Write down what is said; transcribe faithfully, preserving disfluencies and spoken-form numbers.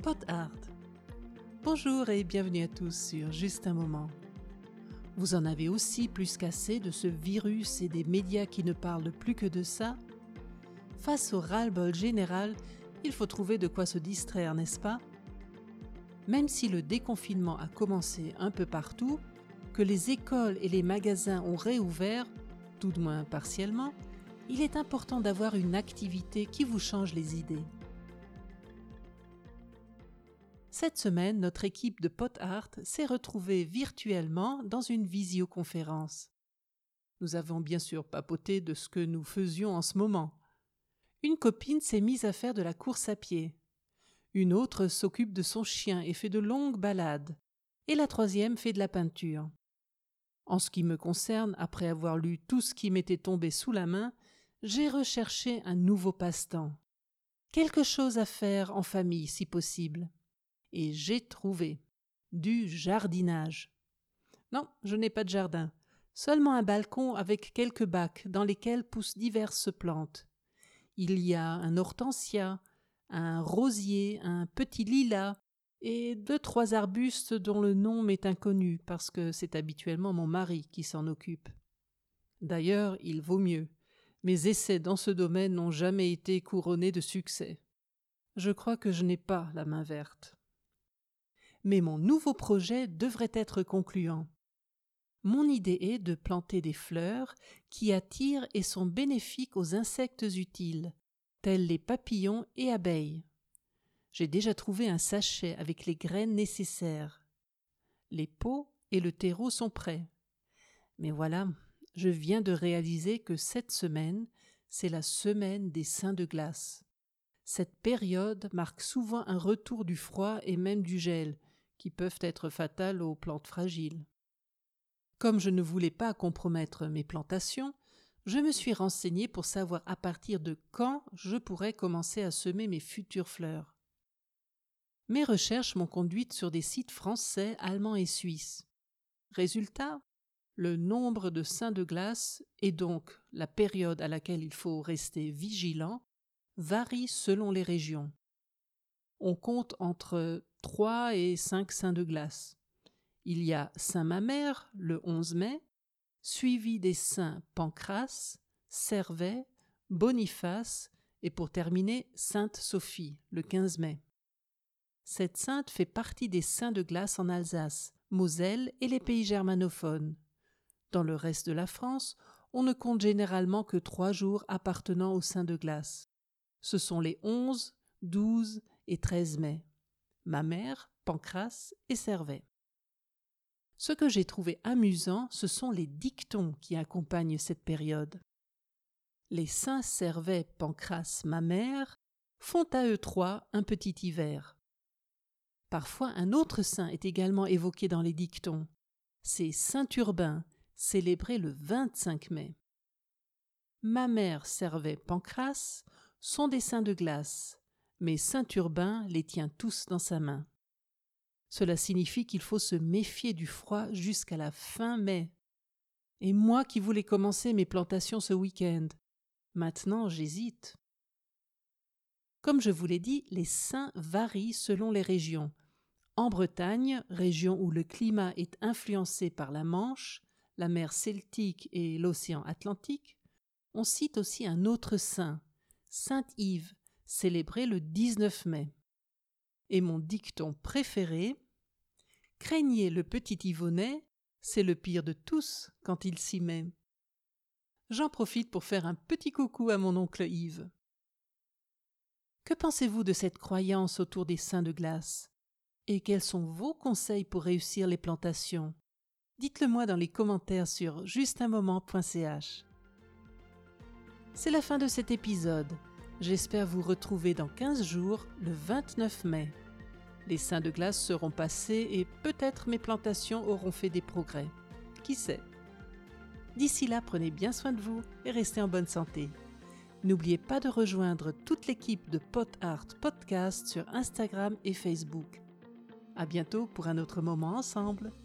Pot Art. Bonjour et bienvenue à tous sur Juste un moment. Vous en avez aussi plus qu'assez de ce virus et des médias qui ne parlent plus que de ça? Face au ras-le-bol général, il faut trouver de quoi se distraire, n'est-ce pas? Même si le déconfinement a commencé un peu partout, que les écoles et les magasins ont réouvert, tout de moins partiellement, il est important d'avoir une activité qui vous change les idées. Cette semaine, notre équipe de Pot Art s'est retrouvée virtuellement dans une visioconférence. Nous avons bien sûr papoté de ce que nous faisions en ce moment. Une copine s'est mise à faire de la course à pied. Une autre s'occupe de son chien et fait de longues balades. Et la troisième fait de la peinture. En ce qui me concerne, après avoir lu tout ce qui m'était tombé sous la main, j'ai recherché un nouveau passe-temps. Quelque chose à faire en famille si possible. Et j'ai trouvé du jardinage. Non, je n'ai pas de jardin, seulement un balcon avec quelques bacs dans lesquels poussent diverses plantes. Il y a un hortensia, un rosier, un petit lilas et deux, trois arbustes dont le nom m'est inconnu parce que c'est habituellement mon mari qui s'en occupe. D'ailleurs, il vaut mieux. Mes essais dans ce domaine n'ont jamais été couronnés de succès. Je crois que je n'ai pas la main verte. Mais mon nouveau projet devrait être concluant. Mon idée est de planter des fleurs qui attirent et sont bénéfiques aux insectes utiles, tels les papillons et abeilles. J'ai déjà trouvé un sachet avec les graines nécessaires. Les pots et le terreau sont prêts. Mais voilà, je viens de réaliser que cette semaine, c'est la semaine des seins de glace. Cette période marque souvent un retour du froid et même du gel, qui peuvent être fatales aux plantes fragiles. Comme je ne voulais pas compromettre mes plantations, je me suis renseignée pour savoir à partir de quand je pourrais commencer à semer mes futures fleurs. Mes recherches m'ont conduite sur des sites français, allemands et suisses. Résultat, le nombre de seins de glace et donc la période à laquelle il faut rester vigilant varie selon les régions. On compte entre trois et cinq seins de glace. Il y a Saint-Mamère le onze mai, suivi des saints Pancrace, Servet, Boniface et pour terminer Sainte Sophie le quinze mai. Cette sainte fait partie des saints de glace en Alsace, Moselle et les pays germanophones. Dans le reste de la France, on ne compte généralement que trois jours appartenant aux saints de glace. Ce sont les onze, douze et treize mai. Mamère, Pancrace et Servet. Ce que j'ai trouvé amusant, ce sont les dictons qui accompagnent cette période. Les saints Servet, Pancrace, Mamère font à eux trois un petit hiver. Parfois, un autre saint est également évoqué dans les dictons. C'est saint Urbain, célébré le vingt-cinq mai. Mamère, Servet, Pancrace sont des saints de glace, mais saint Urbain les tient tous dans sa main. Cela signifie qu'il faut se méfier du froid jusqu'à la fin mai. Et moi qui voulais commencer mes plantations ce week-end, maintenant j'hésite. Comme je vous l'ai dit, les saints varient selon les régions. En Bretagne, région où le climat est influencé par la Manche, la mer Celtique et l'océan Atlantique, on cite aussi un autre saint, saint Yves, célébré le dix-neuf mai. Et mon dicton préféré, « Craignez le petit Yvonnet, c'est le pire de tous quand il s'y met ». J'en profite pour faire un petit coucou à mon oncle Yves. Que pensez-vous de cette croyance autour des saints de glace? Et quels sont vos conseils pour réussir les plantations? Dites-le moi dans les commentaires sur juste un moment point c h. C'est la fin de cet épisode. J'espère vous retrouver dans quinze jours, le vingt-neuf mai. Les seins de glace seront passés et peut-être mes plantations auront fait des progrès. Qui sait? D'ici là, prenez bien soin de vous et restez en bonne santé. N'oubliez pas de rejoindre toute l'équipe de Pot Art Podcast sur Instagram et Facebook. À bientôt pour un autre moment ensemble.